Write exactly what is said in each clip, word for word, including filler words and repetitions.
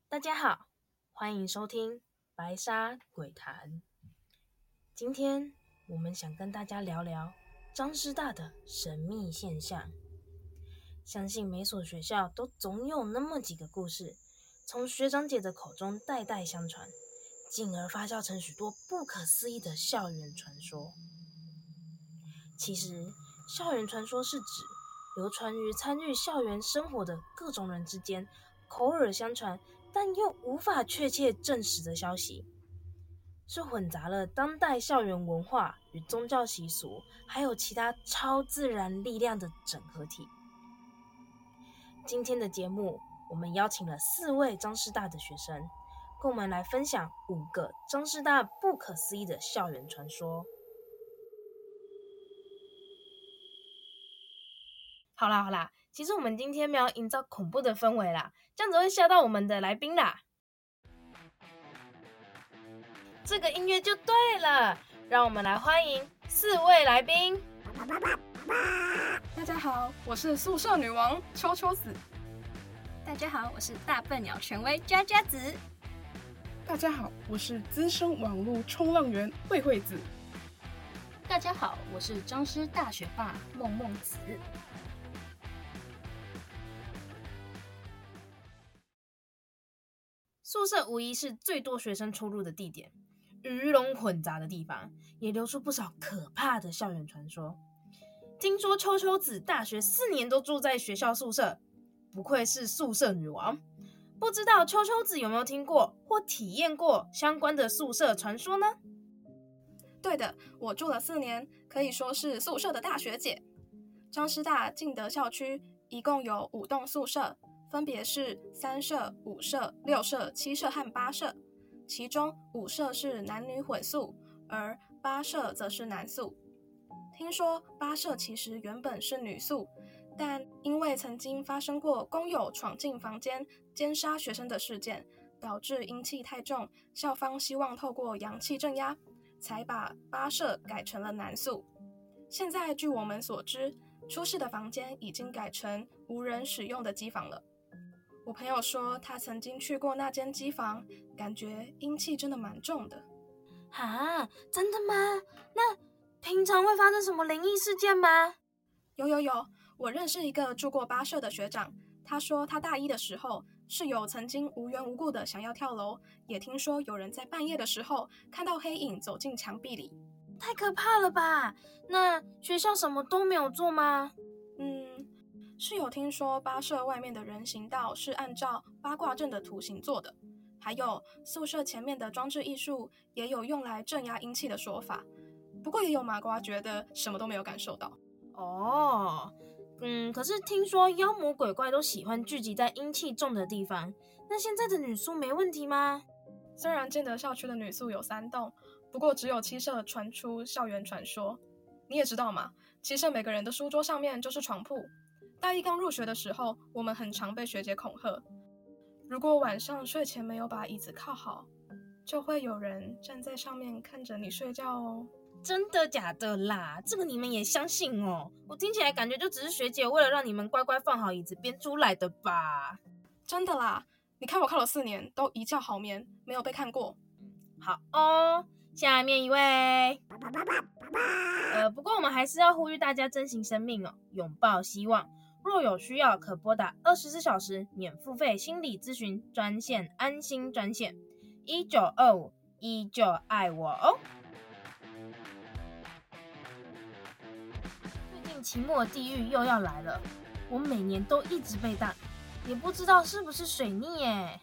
大家好，欢迎收听白沙鬼谈。今天我们想跟大家聊聊张师大的神秘现象。相信每所学校都总有那么几个故事，从学长姐的口中代代相传，进而发酵成许多不可思议的校园传说。其实，校园传说是指流传于参与校园生活的各种人之间口耳相传，但又无法确切证实的消息，是混杂了当代校园文化与宗教习俗，还有其他超自然力量的整合体。今天的节目，我们邀请了四位张师大的学生，跟我们来分享五个张师大不可思议的校园传说。好啦好啦，其实我们今天没有营造恐怖的氛围啦，这样子会吓到我们的来宾啦。这个音乐就对了，让我们来欢迎四位来宾。 大家好，我是宿舍女王秋秋子。 大家好，我是大笨鸟权威佳佳子。 大家好，我是资深网络冲浪员慧慧子。 大家好，我是张师大学霸梦梦子。 宿舍无疑是最多学生出入的地点，鱼龙混杂的地方，也流出不少可怕的校园传说。听说秋秋子大学四年都住在学校宿舍，不愧是宿舍女王。不知道秋秋子有没有听过或体验过相关的宿舍传说呢？ 对的，我住了四年，可以说是宿舍的大学姐。张师大敬德校区一共有五栋宿舍，分别是三舍、五舍、六舍、七舍和八舍。其中五舍是男女混宿，而八舍则是男宿。听说八舍其实原本是女宿，但因为曾经发生过工友闯进房间奸杀学生的事件，导致阴气太重，校方希望透过阳气镇压，才把八舍改成了男宿。现在据我们所知，出事的房间已经改成无人使用的机房了。我朋友说他曾经去过那间机房，感觉阴气真的蛮重的。 哈，真的吗？那平常会发生什么灵异事件吗？ 有有有，我认识一个住过八舍的学长，他说他大一的时候，室友曾经无缘无故的想要跳楼，也听说有人在半夜的时候看到黑影走进墙壁里。 太可怕了吧？那学校什么都没有做吗？ 嗯，室友听说八舍外面的人行道是按照八卦阵的图形做的，还有宿舍前面的装置艺术也有用来镇压阴气的说法。不过也有麻瓜觉得什么都没有感受到。 哦，嗯，可是听说妖魔鬼怪都喜欢聚集在阴气重的地方，那现在的女宿没问题吗？ 虽然建德校区的女宿有三栋，不过只有七舍传出校园传说。你也知道嘛，七舍每个人的书桌上面就是床铺。大一刚入学的时候，我们很常被学姐恐吓，如果晚上睡前没有把椅子靠好，就会有人站在上面看着你睡觉哦。 真的假的啦？这个你们也相信哦？我听起来感觉就只是学姐为了让你们乖乖放好椅子编出来的吧？ 真的啦，你看我靠了四年，都一觉好眠，没有被看过。 好哦，下面一位。呃，不过我们还是要呼吁大家珍惜生命哦，拥抱希望。若有需要，可拨打二十四小时免付费心理咨询专线安心专线一九二五，依旧爱我哦。最近期末地狱又要来了，我每年都一直被当，也不知道是不是水逆耶。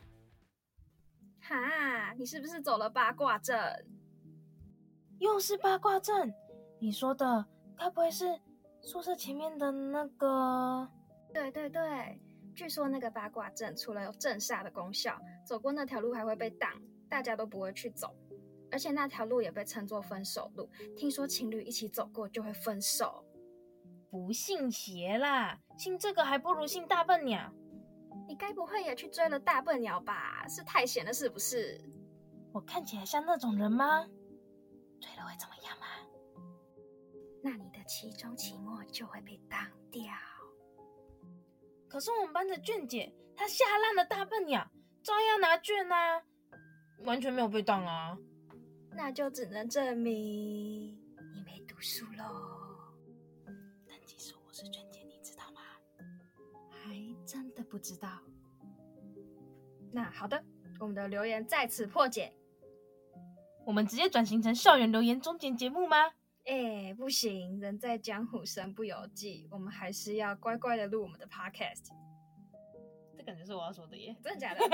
哈，你是不是走了八卦阵？ 又是八卦阵？你说的该不会是宿舍前面的那个？ 对对对，据说那个八卦阵除了有镇煞的功效，走过那条路还会被挡，大家都不会去走。而且那条路也被称作分手路，听说情侣一起走过就会分手。 不信邪啦，信这个还不如信大笨鸟。 你该不会也去追了大笨鸟吧？是太闲了是不是？ 我看起来像那种人吗？追了会怎么样吗？ 那你的期中期末就会被当掉。 可是我们班的卷姐她吓烂了大笨鸟， 照样拿卷啊，完全没有被当啊。 那就只能证明你没读书咯。 但其实我是卷姐，你知道吗？ 还真的不知道。那好的，我们的留言在此破解。 我们直接转型成校园留言终结节目吗？ 哎，不行，人在江湖身不由己，我们还是要乖乖的录我们的 podcast。 这感觉是我要说的耶， 真的假的？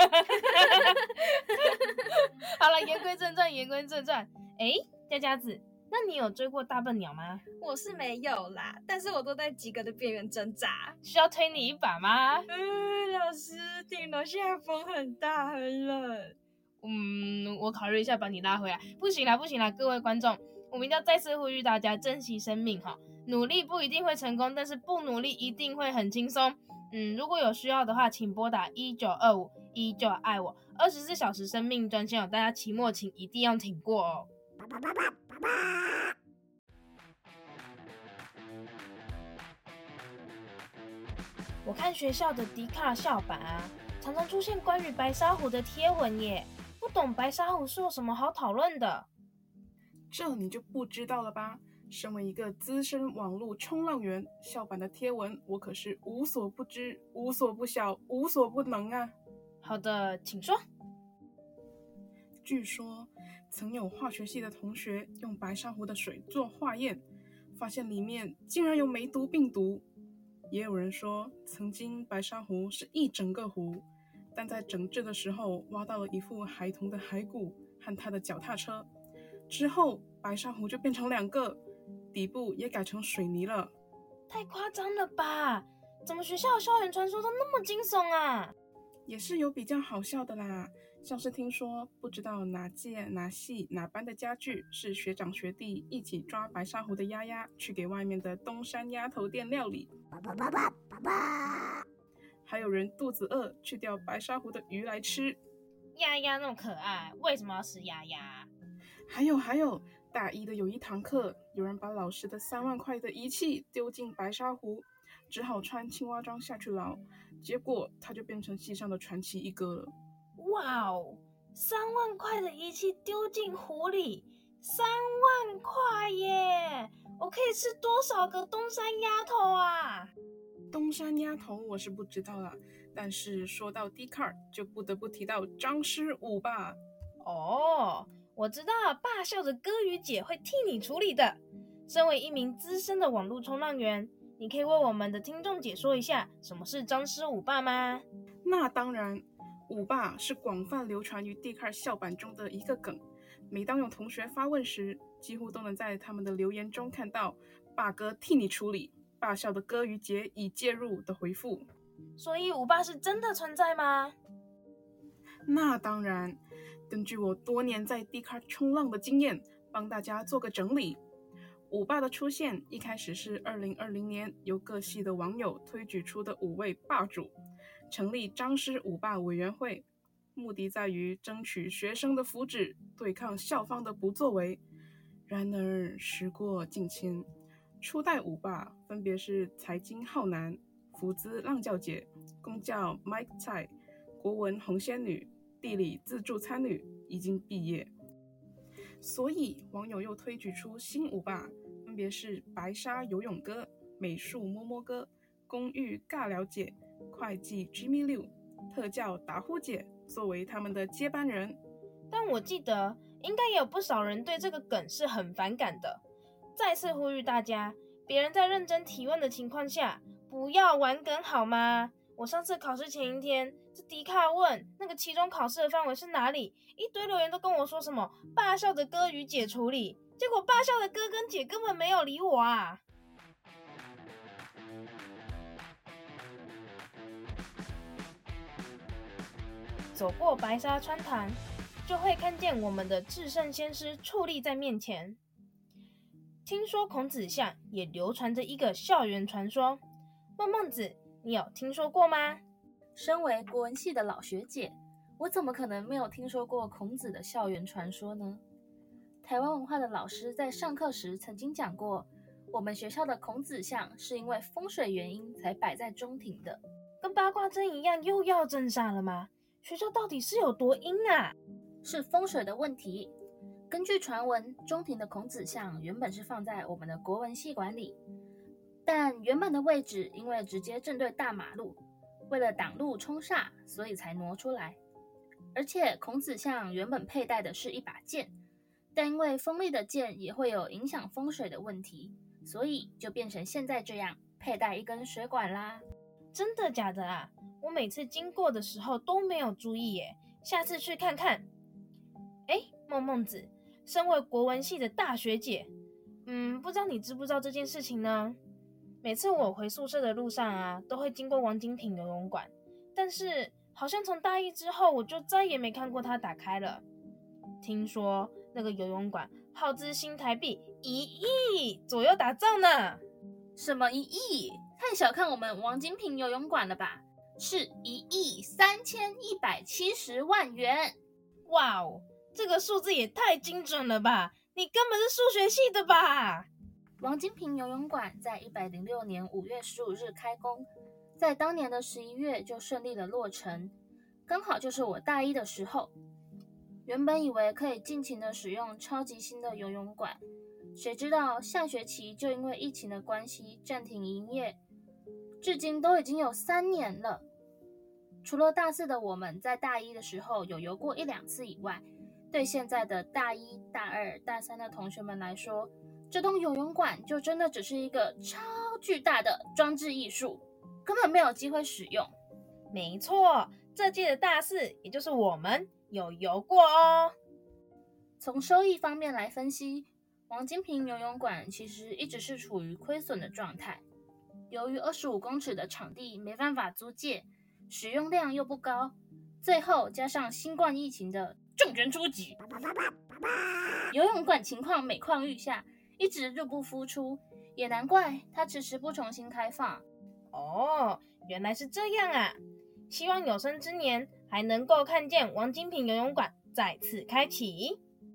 好了，言归正传，言归正传。哎，佳佳子，那你有追过大笨鸟吗？ 我是没有啦，但是我都在及格的边缘挣扎。 需要推你一把吗？ 嗯，老师，顶楼现在风很大，很冷。 嗯，我考虑一下把你拉回来。不行啦，不行啦，各位观众，我们一定要再次呼吁大家珍惜生命哈。努力不一定会成功，但是不努力一定会很轻松。嗯，如果有需要的话，请拨打一九二五，依旧爱我，二十四小时生命专线哦。大家期末请一定要挺过哦。我看学校的迪卡校版啊，常常出现关于白沙湖的贴文耶，不懂白沙湖是有什么好讨论的？ 这你就不知道了吧？身为一个资深网络冲浪员，校版的贴文我可是无所不知、无所不晓、无所不能啊！ 好的，请说。 据说，曾有化学系的同学用白沙湖的水做化验，发现里面竟然有梅毒病毒。也有人说，曾经白沙湖是一整个湖，但在整治的时候挖到了一副孩童的骸骨和他的脚踏车，之后白沙湖就变成两个，底部也改成水泥了。 太夸张了吧？怎么学校的校园传说都那么惊悚啊？ 也是有比较好笑的啦，像是听说不知道哪届哪系哪班的家具是学长学弟一起抓白沙湖的鸭鸭去给外面的东山鸭头店料理，还有人肚子饿去钓白沙湖的鱼来吃。 鸭鸭那么可爱，为什么要吃鸭鸭？ 还有还有，大一的有一堂课，有人把老师的三万块的仪器丢进白沙湖，只好穿青蛙装下去捞，结果他就变成系上的传奇一哥了。 哇哦，三万块的仪器丢进湖里，三万块耶！我可以吃多少个东山鸭头啊？ 东山鸭头我是不知道啦，但是说到 Dcard 就不得不提到张师五吧。 哦，我知道霸校的歌语姐会替你处理的。身为一名资深的网络冲浪员，你可以为我们的听众解说一下什么是张师五霸吗？ 那当然，五霸是广泛流传于 Dcard 校版中的一个梗。每当有同学发问时，几乎都能在他们的留言中看到“霸哥替你处理，霸校的歌语姐已介入”的回复。 所以五霸是真的存在吗？ 那当然，根据我多年在 Dcard 冲浪的经验，帮大家做个整理。五霸的出现一开始是二零二零年由各系的网友推举出的五位霸主，成立张师五霸委员会，目的在于争取学生的福祉，对抗校方的不作为。然而时过境迁，初代五霸分别是财经浩南、福资浪教姐、公教 Mike 蔡、国文红仙女、地理自助餐女已经毕业，所以网友又推举出新五霸，分别是白沙游泳哥、美术摸摸哥、公寓尬聊姐、会计 Jimmy Liu、特教打呼姐作为他们的接班人。 但我记得应该也有不少人对这个梗是很反感的。再次呼吁大家，别人在认真提问的情况下，不要玩梗好吗？我上次考试前一天，这迪卡问那个期中考试的范围是哪里，一堆留言都跟我说什么霸校的哥与姐处理，结果霸校的哥跟姐根本没有理我啊！走过白沙川潭，就会看见我们的至圣先师矗立在面前。听说孔子像也流传着一个校园传说，梦梦子，你有听说过吗？ 身为国文系的老学姐，我怎么可能没有听说过孔子的校园传说呢？台湾文化的老师在上课时曾经讲过，我们学校的孔子像是因为风水原因才摆在中庭的。 跟八卦阵一样，又要镇煞了吗？ 学校到底是有多阴啊？ 是风水的问题。根据传闻，中庭的孔子像原本是放在我们的国文系馆里，但原本的位置因为直接正对大马路，为了挡路冲煞，所以才挪出来。而且孔子像原本佩戴的是一把剑，但因为锋利的剑也会有影响风水的问题，所以就变成现在这样，佩戴一根水管啦。 真的假的啊？我每次经过的时候都没有注意耶，下次去看看。哎，梦梦子，身为国文系的大学姐，嗯，不知道你知不知道这件事情呢？每次我回宿舍的路上啊，都会经过王金平游泳馆，但是好像从大一之后，我就再也没看过它打开了。听说那个游泳馆耗资新台币一亿左右打造呢。 什么一亿？太小看我们王金平游泳馆了吧？是一亿三千一百七十万元。 哇哦，这个数字也太精准了吧！你根本是数学系的吧？ 王金平游泳馆在一百零六年五月十五日开工，在当年的十一月就顺利的落成，刚好就是我大一的时候。原本以为可以尽情的使用超级新的游泳馆，谁知道下学期就因为疫情的关系暂停营业，至今都已经有三年了。除了大四的我们在大一的时候有游过一两次以外，对现在的大一、大二、大三的同学们来说，这栋游泳馆就真的只是一个超巨大的装置艺术，根本没有机会使用。 没错，这届的大四，也就是我们有游过哦。 从收益方面来分析，王金平游泳馆其实一直是处于亏损的状态。由于二十五公尺的场地没办法租借，使用量又不高，最后加上新冠疫情的重拳出击，游泳馆情况每况愈下，一直入不敷出，也难怪它迟迟不重新开放。 哦，原来是这样啊！希望有生之年还能够看见王金平游泳馆再次开启。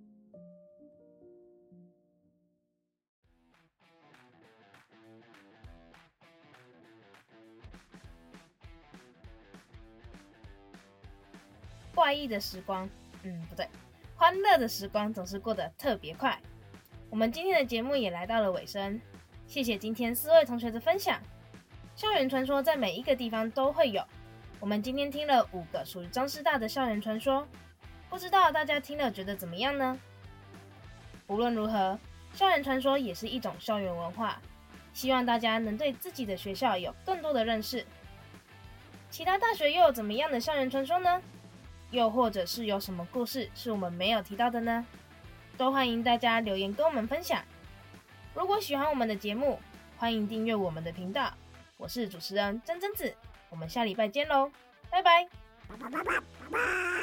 怪异的时光，嗯，不对，欢乐的时光总是过得特别快。我们今天的节目也来到了尾声，谢谢今天四位同学的分享。校园传说在每一个地方都会有，我们今天听了五个属于彰师大的校园传说，不知道大家听了觉得怎么样呢？无论如何，校园传说也是一种校园文化，希望大家能对自己的学校有更多的认识。其他大学又有怎么样的校园传说呢？又或者是有什么故事是我们没有提到的呢？都欢迎大家留言跟我们分享。如果喜欢我们的节目，欢迎订阅我们的频道。我是主持人珍珍子，我们下礼拜见喽，拜拜。